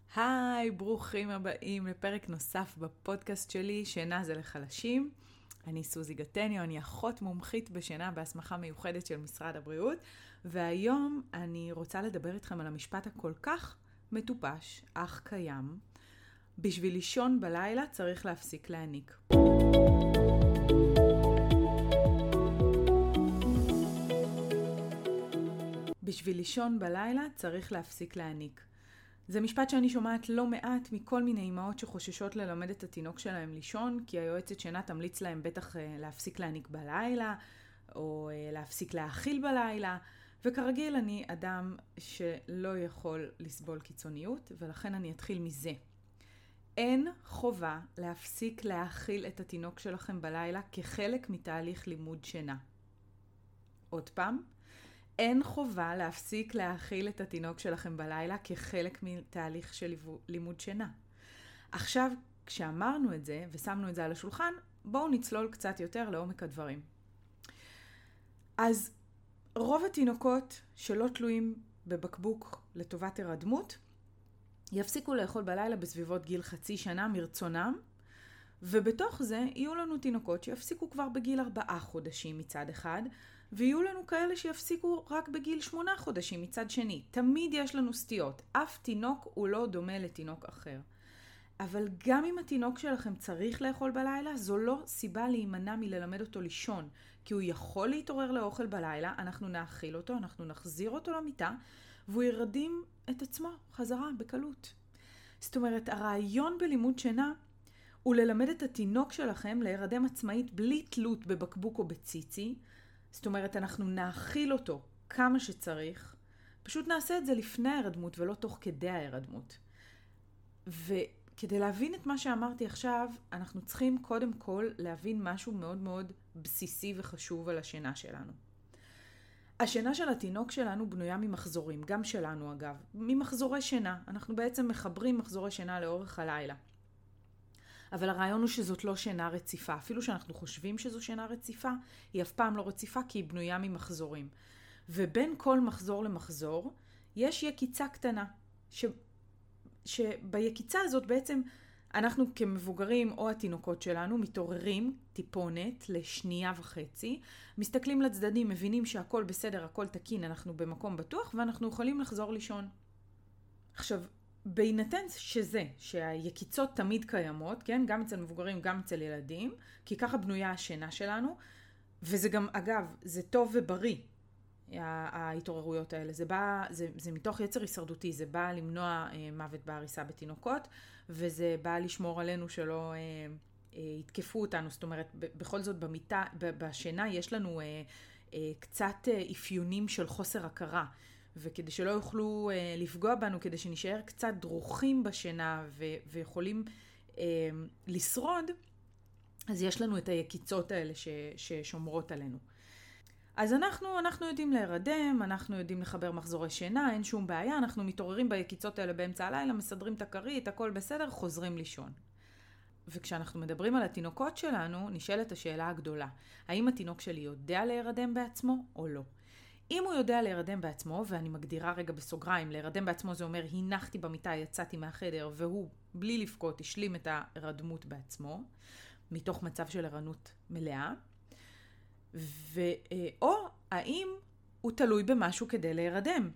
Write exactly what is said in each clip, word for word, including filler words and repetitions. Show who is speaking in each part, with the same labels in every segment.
Speaker 1: היי, ברוכים הבאים לפרק נוסף בפודקאסט שלי, שינה זה לחלשים. אני סוזי גטניו, אני אחות מומחית בשינה בהסמכה מיוחדת של משרד הבריאות, והיום אני רוצה לדבר איתכם על המשפט הכל כך מטופש, אך קיים. בשביל לישון בלילה צריך להפסיק להניק. בשביל לישון בלילה צריך להפסיק להניק. זה משפט שאני שומעת לא מעט מכל מיני אמהות שחוששות ללמד את התינוק שלהם לישון, כי היועצת שינה תמליץ להם בטח להפסיק להניק בלילה, או להפסיק להאכיל בלילה, וכרגיל אני אדם שלא יכול לסבול קיצוניות, ולכן אני אתחיל מזה. אין חובה להפסיק להאכיל את התינוק שלכם בלילה כחלק מתהליך לימוד שינה. עוד פעם, אין חובה להפסיק להאכיל את התינוק שלכם בלילה כחלק מתהליך של לימוד שינה. עכשיו, כשאמרנו את זה ושמנו את זה על השולחן, בואו נצלול קצת יותר לעומק הדברים. אז רוב התינוקות שלא תלויים בבקבוק לטובת הרדמות, יפסיקו לאכול בלילה בסביבות גיל חצי שנה מרצונם, ובתוך זה יהיו לנו תינוקות שיפסיקו כבר בגיל ארבעה חודשים מצד אחד, ויהיו לנו כאלה שיפסיקו רק בגיל שמונה חודשים מצד שני. תמיד יש לנו סטיות. אף תינוק הוא לא דומה לתינוק אחר. אבל גם אם התינוק שלכם צריך לאכול בלילה, זו לא סיבה להימנע מללמד אותו לישון. כי הוא יכול להתעורר לאוכל בלילה, אנחנו נאכיל אותו, אנחנו נחזיר אותו למיטה, והוא ירדים את עצמו חזרה בקלות. זאת אומרת, הרעיון בלימוד שינה הוא ללמד את התינוק שלכם להירדם עצמאית בלי תלות בבקבוק או בציצי. זאת אומרת, אנחנו נאכיל אותו כמה שצריך, פשוט נעשה את זה לפני ההירדמות ולא תוך כדי ההירדמות. וכדי להבין את מה שאמרתי עכשיו, אנחנו צריכים קודם כל להבין משהו מאוד מאוד בסיסי וחשוב על השינה שלנו. השינה של התינוק שלנו בנויה ממחזורים, גם שלנו אגב, ממחזורי שינה. אנחנו בעצם מחברים מחזורי שינה לאורך הלילה. אבל הרעיון הוא שזאת לא שינה רציפה. אפילו שאנחנו חושבים שזו שינה רציפה, היא אף פעם לא רציפה כי היא בנויה ממחזורים. ובין כל מחזור למחזור, יש יקיצה קטנה. ש... שביקיצה הזאת בעצם אנחנו כמבוגרים או התינוקות שלנו מתעוררים טיפונת לשנייה וחצי, מסתכלים לצדדים, מבינים שהכל בסדר, הכל תקין, אנחנו במקום בטוח ואנחנו יכולים לחזור לישון. עכשיו, בהינתן שזה, שהיקיצות תמיד קיימות, כן? גם אצל מבוגרים, גם אצל ילדים, כי ככה בנויה השינה שלנו, וזה גם, אגב, זה טוב ובריא, ההתעוררויות האלה. זה בא, זה, זה מתוך יצר הישרדותי, זה בא למנוע אה, מוות בעריסה בתינוקות, וזה בא לשמור עלינו שלא אה, אה, יתקפו אותנו. זאת אומרת, ב, בכל זאת במיטה, ב, בשינה יש לנו אה, אה, קצת אה, אפיונים של חוסר הכרה, וכדי שלא יוכלו אה, לפגוע בנו, כדי שנשאר קצת דרוכים בשינה ו- ויכולים אה, לשרוד, אז יש לנו את היקיצות האלה ש- ששומרות עלינו. אז אנחנו, אנחנו יודעים להירדם, אנחנו יודעים לחבר מחזורי שינה, אין שום בעיה, אנחנו מתעוררים ביקיצות האלה באמצע הלילה, מסדרים את הכרית, הכל בסדר, חוזרים לישון. וכשאנחנו מדברים על התינוקות שלנו, נשאלת השאלה הגדולה, האם התינוק שלי יודע להירדם בעצמו או לא? אם הוא יודע להירדם בעצמו, ואני מגדירה רגע בסוגריים, להירדם בעצמו זה אומר, הנחתי במיטה, יצאתי מהחדר, והוא בלי לפקות השלים את ההירדמות בעצמו, מתוך מצב של ערנות מלאה, ו... או האם הוא תלוי במשהו כדי להירדם.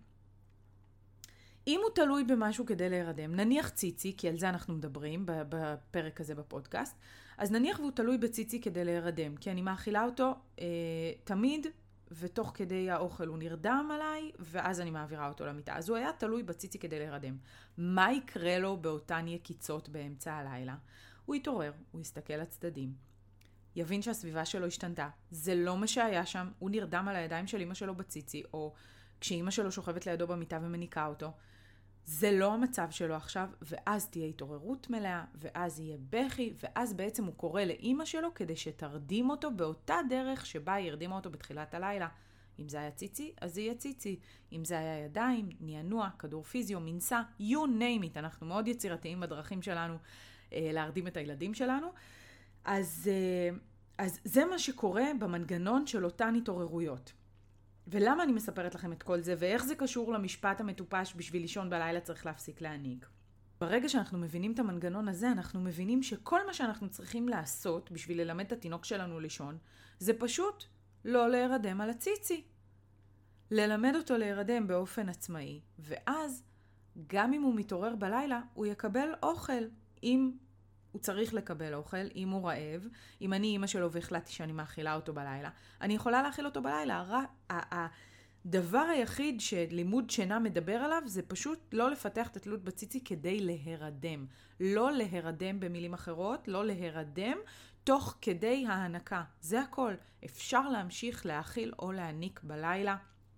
Speaker 1: אם הוא תלוי במשהו כדי להירדם, נניח ציצי, כי על זה אנחנו מדברים בפרק הזה בפודקאסט, אז נניח והוא תלוי בציצי כדי להירדם, כי אני מאכילה אותו אה, תמיד, ותוך כדי האוכל הוא נרדם עליי, ואז אני מעבירה אותו למיטה. אז הוא היה תלוי בציצי כדי להירדם. מה יקרה לו באותן יקיצות באמצע הלילה? הוא יתעורר, הוא יסתכל לצדדים, יבין שהסביבה שלו השתנתה. זה לא מה שהיה שם, הוא נרדם על הידיים של אמא שלו בציצי, או כשאמא שלו שוכבת לידו במיטה ומניקה אותו. זה לא המצב שלו עכשיו, ואז תהיה התעוררות מלאה, ואז יהיה בכי, ואז בעצם הוא קורא לאמא שלו כדי שתרדים אותו באותה דרך שבה היא הרדימה אותו בתחילת הלילה. אם זה היה ציצי, אז זה יהיה ציצי. אם זה היה ידיים, נענוע, כדור פיזיו, מנסה, you name it. אנחנו מאוד יצירתיים בדרכים שלנו אה, להרדים את הילדים שלנו. אז, אה, אז זה מה שקורה במנגנון של אותן התעוררויות. ולמה אני מספרת לכם את כל זה, ואיך זה קשור למשפט המטופש בשביל לישון בלילה צריך להפסיק להניק? ברגע שאנחנו מבינים את המנגנון הזה, אנחנו מבינים שכל מה שאנחנו צריכים לעשות בשביל ללמד את התינוק שלנו לישון, זה פשוט לא להירדם על הציצי. ללמד אותו להירדם באופן עצמאי, ואז גם אם הוא מתעורר בלילה, הוא יקבל אוכל. אם הוא צריך לקבל אוכל, אם הוא רעב, אם אני אמא שלו והחלטתי שאני מאכילה אותו בלילה, אני יכולה להאכיל אותו בלילה. הדבר היחיד שלימוד שינה מדבר עליו, זה פשוט לא לפתח את התלות בציצי כדי להירדם. לא להירדם במילים אחרות, לא להירדם תוך כדי ההנקה. זה הכל. אפשר להמשיך להאכיל או להעניק בלילה,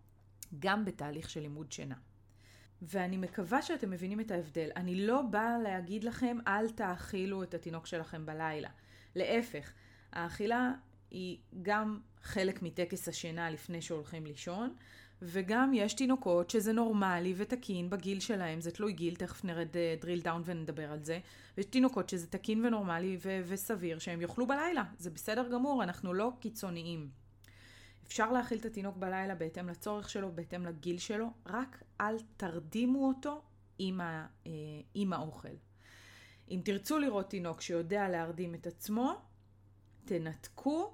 Speaker 1: גם בתהליך של לימוד שינה. ואני מקווה שאתם מבינים את ההבדל. אני לא באה להגיד לכם, אל תאכילו את התינוק שלכם בלילה. להפך, האכילה היא גם חלק מטקס השינה לפני שהולכים לישון, וגם יש תינוקות שזה נורמלי ותקין בגיל שלהם, זה תלוי גיל, תכף נרד דריל דאון ונדבר על זה, ויש תינוקות שזה תקין ונורמלי ו- וסביר שהם יאכלו בלילה, זה בסדר גמור, אנחנו לא קיצוניים. אפשר להאכיל את התינוק בלילה בהתאם לצורך שלו, בהתאם לגיל שלו, רק אל תרדימו אותו עם, ה, אה, עם האוכל. אם תרצו לראות תינוק שיודע להרדים את עצמו, תנתקו,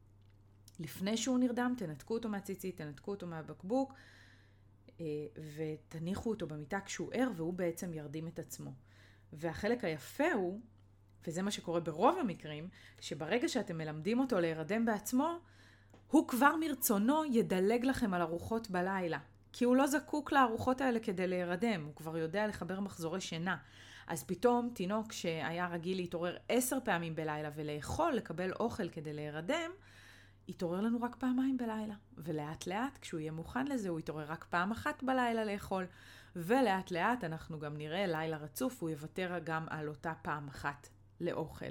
Speaker 1: לפני שהוא נרדם, תנתקו אותו מהציצית, תנתקו אותו מהבקבוק, אה, ותניחו אותו במיטה כשהוא ער, והוא בעצם ירדים את עצמו. והחלק היפה הוא, וזה מה שקורה ברוב המקרים, שברגע שאתם מלמדים אותו להירדם בעצמו, הוא כבר מרצונו ידלג לכם על ארוחות בלילה, כי הוא לא זקוק לארוחות האלה כדי להירדם, הוא כבר יודע לחבר מחזורי שינה. אז פתאום תינוק שהיה רגיל להתעורר עשר פעמים בלילה ולאכול, לקבל אוכל כדי להירדם, יתעורר לנו רק פעמיים בלילה. ולאט לאט, כשהוא יהיה מוכן לזה, הוא יתעורר רק פעם אחת בלילה לאכול. ולאט לאט אנחנו גם נראה לילה רצוף, הוא יוותר גם על אותה פעם אחת לאוכל.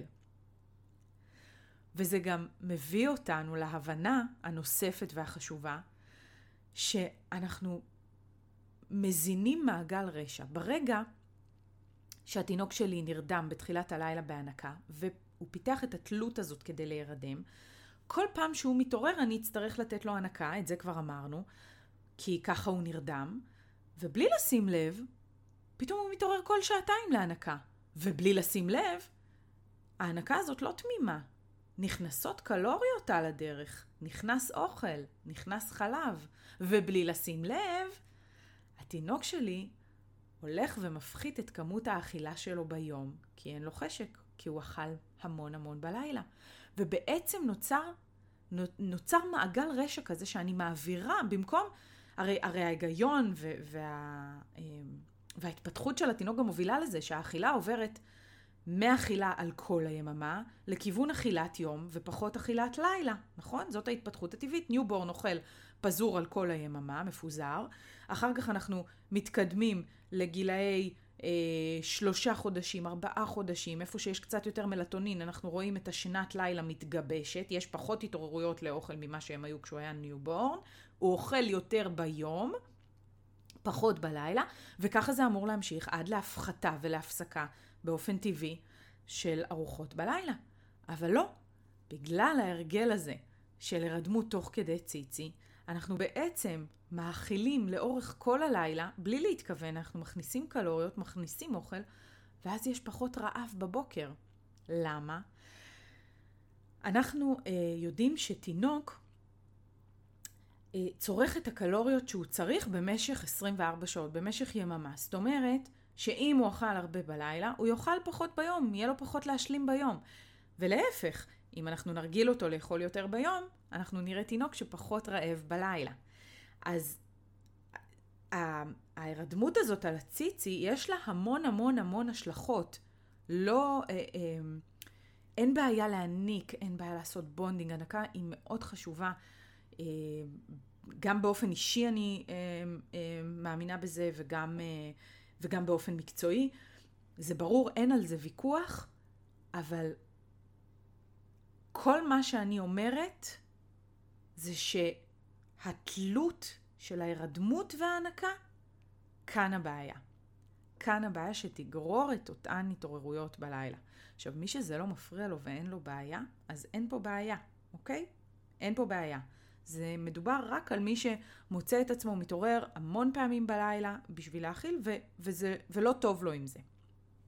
Speaker 1: וזה גם מביא אותנו להבנה הנוספת והחשובה, שאנחנו מזינים מעגל רשע. ברגע שהתינוק שלי נרדם בתחילת הלילה בהנקה, והוא פיתח את התלות הזאת כדי להירדם, כל פעם שהוא מתעורר אני אצטרך לתת לו הנקה, את זה כבר אמרנו, כי ככה הוא נרדם, ובלי לשים לב, פתאום הוא מתעורר כל שעתיים להנקה. ובלי לשים לב, ההנקה הזאת לא תמימה. נכנסות קלוריות על הדרך, נכנס אוכל, נכנס חלב, ובלי לשים לב, התינוק שלי הולך ומפחית את כמות האכילה שלו ביום, כי אין לו חשק, כי הוא אכל המון המון בלילה. ובעצם נוצר, נוצר מעגל רשע כזה שאני מעבירה, במקום, הרי, הרי ההיגיון ו, וה, וההתפתחות של התינוק גם מובילה לזה, שהאכילה עוברת מאכילה על כל היממה, לכיוון אכילת יום ופחות אכילת לילה, נכון? זאת ההתפתחות הטבעית. ניובורן אוכל פזור על כל היממה, מפוזר. אחר כך אנחנו מתקדמים לגילאי אה, שלושה חודשים, ארבעה חודשים, איפה שיש קצת יותר מלטונין, אנחנו רואים את השנת לילה מתגבשת, יש פחות התעוררויות לאוכל ממה שהם היו כשהוא היה ניובורן, הוא אוכל יותר ביום, פחות בלילה, וככה זה אמור להמשיך עד להפחתה ולהפסקה באופן טבעי של ארוחות בלילה. אבל לא, בגלל ההרגל הזה של הרדמות תוך כדי ציצי, אנחנו בעצם מאכילים לאורך כל הלילה, בלי להתכוון, אנחנו מכניסים קלוריות, מכניסים אוכל, ואז יש פחות רעב בבוקר. למה? אנחנו אה, יודעים שתינוק אה, צורך את הקלוריות שהוא צריך במשך עשרים וארבע שעות, במשך יממה. זאת אומרת, שאם הוא אכל הרבה בלילה, הוא יאכל פחות ביום, יהיה לו פחות להשלים ביום. ולהפך, אם אנחנו נרגיל אותו לאכול יותר ביום, אנחנו נראה תינוק שפחות רעב בלילה. אז ההירדמות הזאת על הציצי, יש לה המון המון המון השלכות. לא, אה, אה, אין בעיה להעניק, אין בעיה לעשות בונדינג. הנקה היא מאוד חשובה. אה, גם באופן אישי אני אה, אה, מאמינה בזה, וגם... אה, וגם באופן מקצועי. זה ברור, אין על זה ויכוח, אבל כל מה שאני אומרת זה שהתלות של ההירדמות וההנקה, כאן הבעיה. כאן הבעיה שתגרור את אותן התעוררויות בלילה. עכשיו, מי שזה לא מפריע לו ואין לו בעיה, אז אין פה בעיה, אוקיי? אין פה בעיה. זה מדובר רק על מי שמוצא את עצמו מתעורר המון פעמים בלילה בשביל להאכיל, ו- וזה, ולא טוב לו עם זה.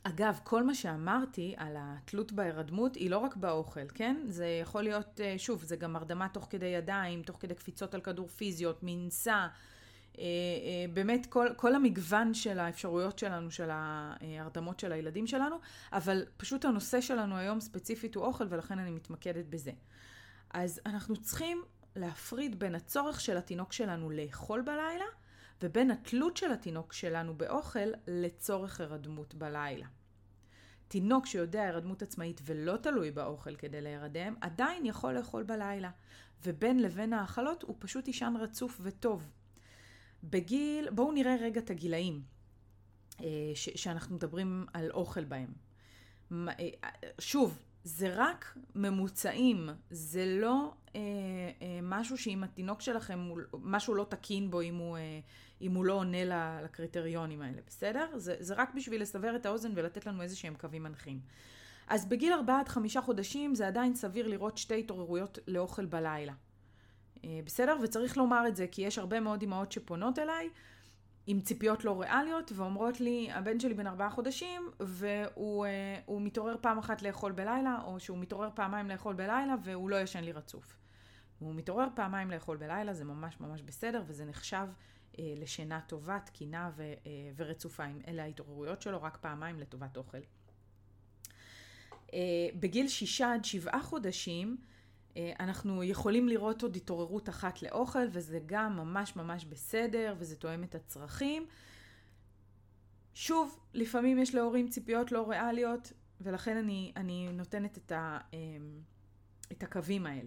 Speaker 1: אגב, כל מה שאמרתי על התלות בהירדמות היא לא רק באוכל, כן? זה יכול להיות, שוב, זה גם הרדמה תוך כדי ידיים, תוך כדי קפיצות על כדור פיזיות, מנסה, באמת כל, כל המגוון של האפשרויות שלנו, של ההרדמות של הילדים שלנו, אבל פשוט הנושא שלנו היום ספציפית הוא אוכל, ולכן אני מתמקדת בזה. אז אנחנו צריכים להפריד בין הצורך של התינוק שלנו לאכול בלילה, ובין התלות של התינוק שלנו באוכל לצורך הרדמות בלילה. תינוק שיודע הרדמות עצמאית ולא תלוי באוכל כדי להירדם, עדיין יכול לאכול בלילה, ובין לבין האכלות הוא פשוט ישן רצוף וטוב. בגיל, בואו נראה רגע את הגילאים ש- שאנחנו מדברים על אוכל בהם. שוב, זה רק ממוצעים, זה לא אה, אה, משהו שאם התינוק שלכם, משהו לא תקין בו אם הוא, אה, אם הוא לא עונה לקריטריונים האלה, בסדר? זה, זה רק בשביל לסבר את האוזן ולתת לנו איזה שהם קווים מנחים. אז בגיל ארבעה עד חמישה חודשים זה עדיין סביר לראות שתי התעוררויות לאוכל בלילה. אה, בסדר? וצריך לומר את זה כי יש הרבה מאוד אמהות שפונות אליי, עם ציפיות לא ריאליות, ואומרות לי, הבן שלי בן ארבעה חודשים, והוא הוא מתעורר פעם אחת לאכול בלילה, או שהוא מתעורר פעמיים לאכול בלילה, והוא לא ישן לי רצוף. הוא מתעורר פעמיים לאכול בלילה, זה ממש ממש בסדר, וזה נחשב אה, לשינה טובה, תקינה ו, אה, ורצופה. אלה ההתעוררויות שלו, רק פעמיים לטובת אוכל. אה, בגיל שישה עד שבעה חודשים, אנחנו יכולים לראות עוד התעוררות אחת לאוכל, וזה גם ממש ממש בסדר, וזה תואם את הצרכים. שוב, לפעמים יש להורים ציפיות לא ריאליות, ולכן אני, אני נותנת את, ה, את הקווים האלה.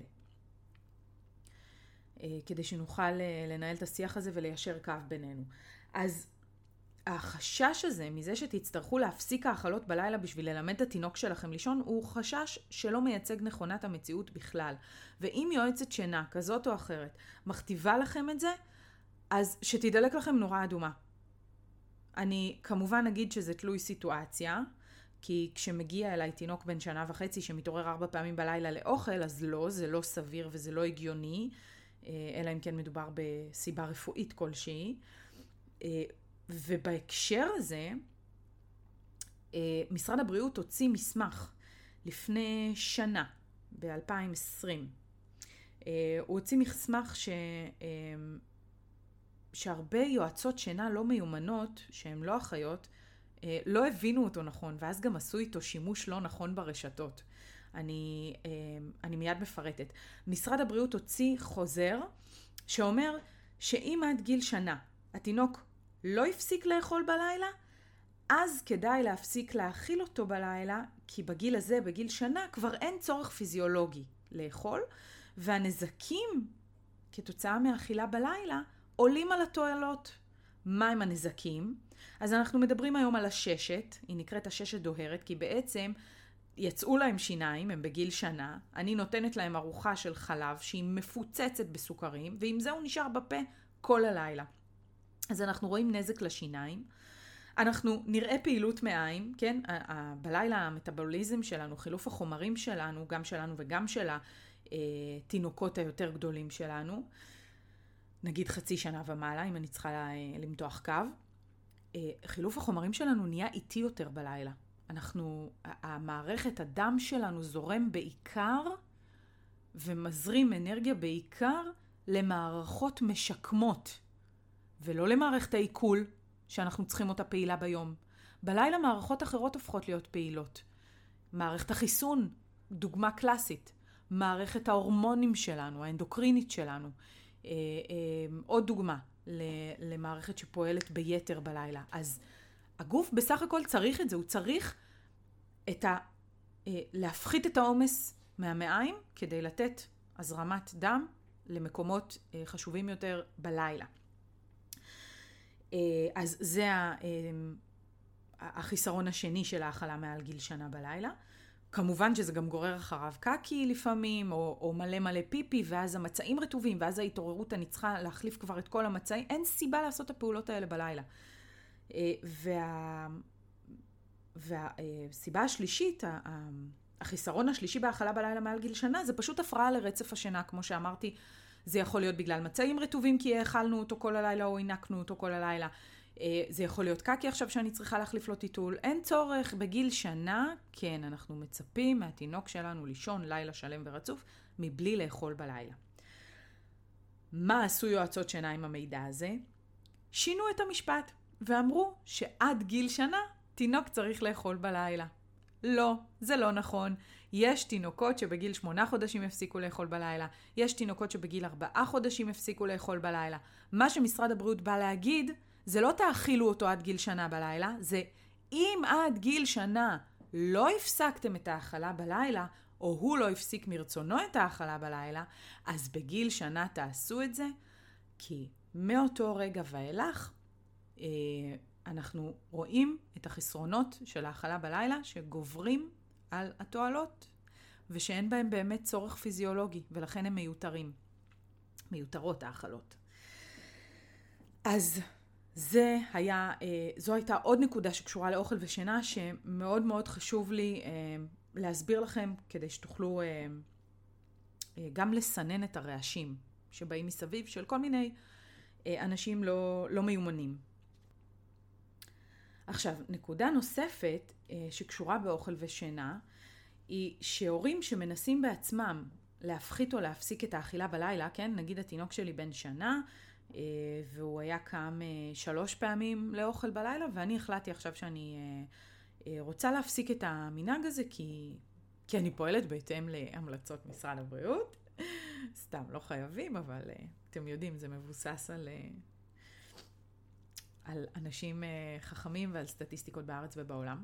Speaker 1: כדי שנוכל לנהל את השיח הזה וליישר קו בינינו. אז החשש הזה, מזה שתצטרכו להפסיק האכלות בלילה בשביל ללמד את התינוק שלכם לישון, הוא חשש שלא מייצג נכונת המציאות בכלל. ואם יועצת שינה, כזאת או אחרת, מכתיבה לכם את זה, אז שתדלק לכם נורה אדומה. אני כמובן אגיד שזה תלוי סיטואציה, כי כשמגיע אליי תינוק בן שנה וחצי שמתעורר ארבע פעמים בלילה לאוכל, אז לא, זה לא סביר וזה לא הגיוני, אלא אם כן מדובר בסיבה רפואית כלשהי. ובהקשר הזה, משרד הבריאות הוציא מסמך לפני שנה, ב-אלפיים ועשרים. הוא הוציא מסמך ש... שהרבה יועצות שינה לא מיומנות, שהן לא אחיות, לא הבינו אותו נכון, ואז גם עשו איתו שימוש לא נכון ברשתות. אני, אני מיד מפרטת. משרד הבריאות הוציא חוזר שאומר שאם עד גיל שנה התינוק לא הפסיק לאכול בלילה, אז כדאי להפסיק להאכיל אותו בלילה, כי בגיל הזה, בגיל שנה, כבר אין צורך פיזיולוגי לאכול, והנזקים כתוצאה מהאכילה בלילה עולים על התועלות. מה הם הנזקים? אז אנחנו מדברים היום על הששת, היא נקראת הששת דוהרת, כי בעצם יצאו להם שיניים, הם בגיל שנה, אני נותנת להם ארוחה של חלב שהיא מפוצצת בסוכרים, ועם זה הוא נשאר בפה כל הלילה. אז אנחנו רואים נזק לשיניים, אנחנו נראה פעילות מעיים, כן? בלילה המטאבוליזם שלנו, חילוף החומרים שלנו, גם שלנו וגם של התינוקות היותר גדולים שלנו, נגיד חצי שנה ומעלה, אם אני צריכה למתוח קו, חילוף החומרים שלנו נהיה איטי יותר בלילה. אנחנו, המערכת, הדם שלנו זורם בעיקר ומזרים אנרגיה בעיקר למערכות משקמות, ולא למערכת העיכול שאנחנו צריכים אותה פעילה ביום. בלילה מערכות אחרות הופכות להיות פעילות. מערכת החיסון, דוגמה קלאסית. מערכת ההורמונים שלנו, האנדוקרינית שלנו. אה, אה, עוד דוגמה למערכת שפועלת ביתר בלילה. אז הגוף בסך הכל צריך את זה, הוא צריך את ה, אה, להפחית את העומס מהמעיים כדי לתת הזרמת דם למקומות אה, חשובים יותר בלילה. אז זה החיסרון השני של האכלה מעל גיל שנה בלילה. כמובן שזה גם גורר אחריו קקי לפעמים, או, או מלא מלא פיפי, ואז המצעים רטובים, ואז ההתעוררות אני צריכה להחליף כבר את כל המצעים. אין סיבה לעשות את הפעולות האלה בלילה. וה, והסיבה השלישית, החיסרון השלישי בהאכלה בלילה מעל גיל שנה, זה פשוט הפרעה לרצף השינה, כמו שאמרתי, זה יכול להיות בגלל מצעים רטובים, כי האכלנו אותו כל הלילה או עינקנו אותו כל הלילה. זה יכול להיות קקי עכשיו שאני צריכה להחליף לו טיטול. אין צורך. בגיל שנה, כן, אנחנו מצפים מהתינוק שלנו לישון לילה שלם ורצוף, מבלי לאכול בלילה. מה עשו יועצות שינה עם המידע הזה? שינו את המשפט, ואמרו שעד גיל שנה, תינוק צריך לאכול בלילה. לא, זה לא נכון. יש תינוקות שבגיל שמונה חודשים הפסיקו לאכול בלילה. יש תינוקות שבגיל ארבעה חודשים הפסיקו לאכול בלילה. מה שמשרד הבריאות בא להגיד, זה לא תאכילו אותו עד גיל שנה בלילה, זה אם עד גיל שנה לא הפסקתם את האכלה בלילה, או הוא לא הפסיק מרצונו את האכלה בלילה, אז בגיל שנה תעשו את זה, כי מאותו רגע ואילך, אה, אנחנו רואים את החסרונות של האכלה בלילה שגוברים על התועלות, ושאין בהם באמת צורך פיזיולוגי, ולכן הם מיותרים. מיותרות האכלות. אז זה היה, זו הייתה עוד נקודה שקשורה לאוכל ושינה, שמאוד מאוד חשוב לי להסביר לכם, כדי שתוכלו גם לסנן את הרעשים שבאים מסביב של כל מיני אנשים לא, לא מיומנים. עכשיו, נקודה נוספת שקשורה באוכל ושינה, היא שהורים שמנסים בעצמם להפחית או להפסיק את האכילה בלילה, כן? נגיד התינוק שלי בן שנה, והוא היה קם שלוש פעמים לאוכל בלילה, ואני החלטתי עכשיו שאני רוצה להפסיק את המנהג הזה, כי, כי אני פועלת בהתאם להמלצות משרד הבריאות. סתם, לא חייבים, אבל אתם יודעים, זה מבוסס על, על אנשים חכמים ועל סטטיסטיקות בארץ ובעולם.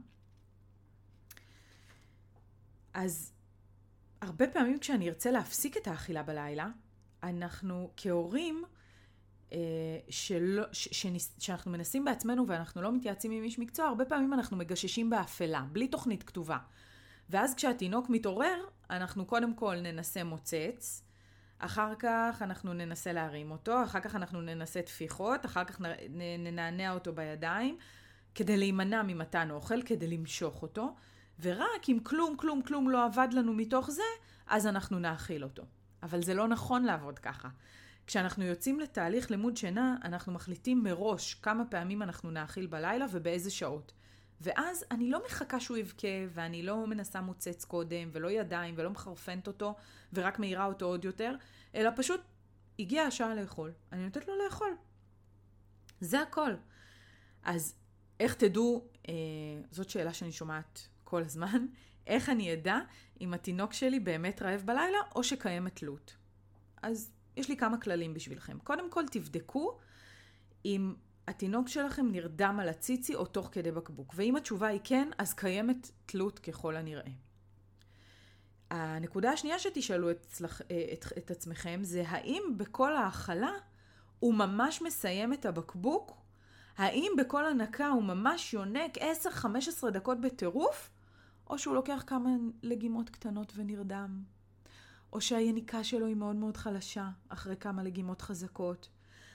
Speaker 1: אז הרבה פעמים כשאני ארצה להפסיק את האכילה בלילה, אנחנו כהורים, שלא, ש, שנס, שאנחנו מנסים בעצמנו ואנחנו לא מתייעצים עם איש מקצוע, הרבה פעמים אנחנו מגששים באפלה, בלי תוכנית כתובה. ואז כשהתינוק מתעורר, אנחנו קודם כל ננסה מוצץ, אחר כך אנחנו ננסה להרים אותו, אחר כך אנחנו ננסה תפיחות, אחר כך ננענע אותו בידיים, כדי להימנע ממתן אוכל, כדי למשוך אותו, ורק אם כלום, כלום, כלום לא עבד לנו מתוך זה, אז אנחנו נאכיל אותו. אבל זה לא נכון לעבוד ככה. כשאנחנו יוצאים לתהליך לימוד שינה, אנחנו מחליטים מראש כמה פעמים אנחנו נאכיל בלילה ובאיזה שעות. ואז אני לא מחכה שהוא יבכה, ואני לא מנסה מוצץ קודם, ולא ידיים, ולא מחרפנת אותו, ורק מהירה אותו עוד יותר, אלא פשוט הגיעה השעה לאכול. אני נותנת לו לאכול. זה הכל. אז איך תדעו, אה, זאת שאלה שאני שומעת כל הזמן, איך אני אדע אם התינוק שלי באמת רעב בלילה, או שקיימת תלות. אז יש לי כמה כללים בשבילכם. קודם כל תבדקו אם התינוק שלכם נרדם על הציצי או תוך כדי בקבוק. ואם התשובה היא כן, אז קיימת תלות ככל הנראה. הנקודה השנייה שתשאלו את, את, את עצמכם זה האם בכל האכלה הוא ממש מסיים את הבקבוק? האם בכל הנקה הוא ממש יונק עשר חמש עשרה דקות בטירוף? או שהוא לוקח כמה לגימות קטנות ונרדם? או שהיניקה שלו היא מאוד מאוד חלשה אחרי כמה לגימות חזקות?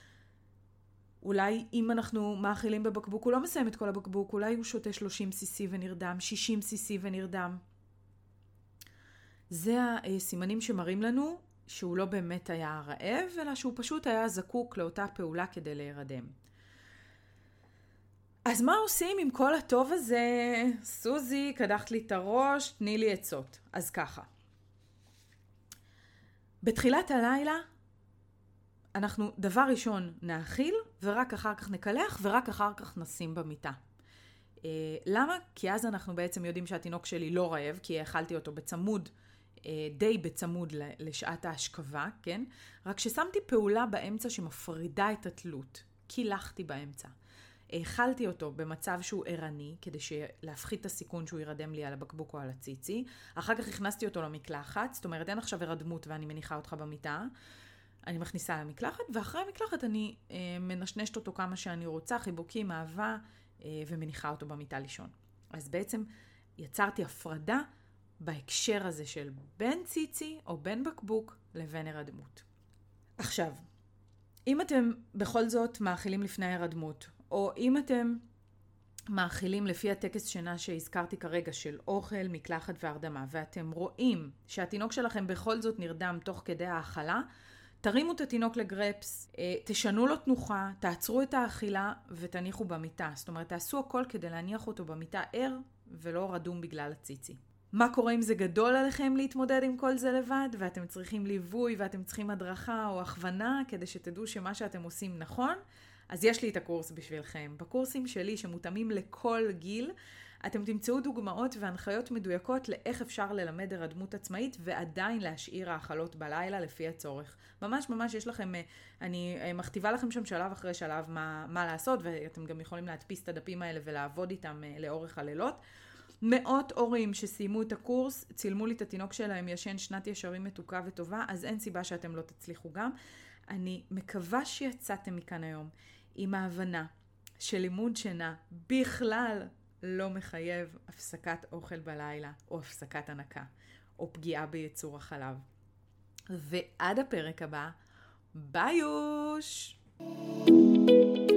Speaker 1: אולי אם אנחנו מאכילים בבקבוק, הוא לא מסיים את כל הבקבוק, אולי הוא שותה שלושים סי-סי ונרדם, שישים סי-סי ונרדם. זה הסימנים שמראים לנו שהוא לא באמת היה רעב, אלא שהוא פשוט היה זקוק לאותה פעולה כדי להירדם. אז מה עושים עם כל הטוב הזה? סוזי, קדחת לי את הראש, תני לי עצות. אז ככה. בתחילת הלילה, אנחנו דבר ראשון נאכיל, ורק אחר כך נקלח, ורק אחר כך נשים במיטה. אה, למה? כי אז אנחנו בעצם יודעים שהתינוק שלי לא רעב, כי האכלתי אותו בצמוד, אה, די בצמוד לשעת ההשכבה, כן? רק ששמתי פעולה באמצע שמפרידה את התלות. קילחתי באמצע. האכלתי אותו במצב שהוא ערני, כדי להפחית את הסיכון שהוא ירדם לי על הבקבוק או על הציצי. אחר כך הכנסתי אותו למקלחת, זאת אומרת, אין עכשיו הרדמות ואני מניחה אותך במיטה. אני מכניסה למקלחת, ואחרי המקלחת אני אה, מנשנשת אותו כמה שאני רוצה, חיבוקים, אהבה, אה, ומניחה אותו במיטה לישון. אז בעצם יצרתי הפרדה בהקשר הזה של בין ציצי או בין בקבוק לבין הרדמות. עכשיו, אם אתם בכל זאת מאכילים לפני הרדמות, או אם אתם מאכילים לפי הטקס שינה שהזכרתי כרגע של אוכל, מקלחת והרדמה, ואתם רואים שהתינוק שלכם בכל זאת נרדם תוך כדי האכלה, תרימו את התינוק לגרפס, תשנו לו תנוחה, תעצרו את האכילה ותניחו במיטה. זאת אומרת, תעשו הכל כדי להניח אותו במיטה ער ולא רדום בגלל הציצי. מה קורה אם זה גדול עליכם להתמודד עם כל זה לבד, ואתם צריכים ליווי ואתם צריכים הדרכה או הכוונה כדי שתדעו שמה שאתם עושים נכון? אז יש לי את הקורס בשבילכם. בקורסים שלי שמותאמים לכל גיל, אתם תמצאו דוגמאות והנחיות מדויקות לאיך אפשר ללמד הרדמות עצמאית ועדיין להשאיר האכלות בלילה לפי הצורך. ממש ממש יש לכם, אני מכתיבה לכם שם שלב אחרי שלב מה, מה לעשות, ואתם גם יכולים להדפיס את הדפים האלה ולעבוד איתם לאורך הלילות. מאות הורים שסיימו את הקורס, צילמו לי את התינוק שלהם ישן שנת ישרים מתוקה וטובה, אז אין סיבה שאתם לא תצליחו גם. אני מקווה שיצאתם מכאן היום עם ההבנה שלימוד שינה בכלל לא מחייב הפסקת אוכל בלילה, או הפסקת הנקה, או פגיעה ביצור החלב. ועד הפרק הבא, ביי יוש!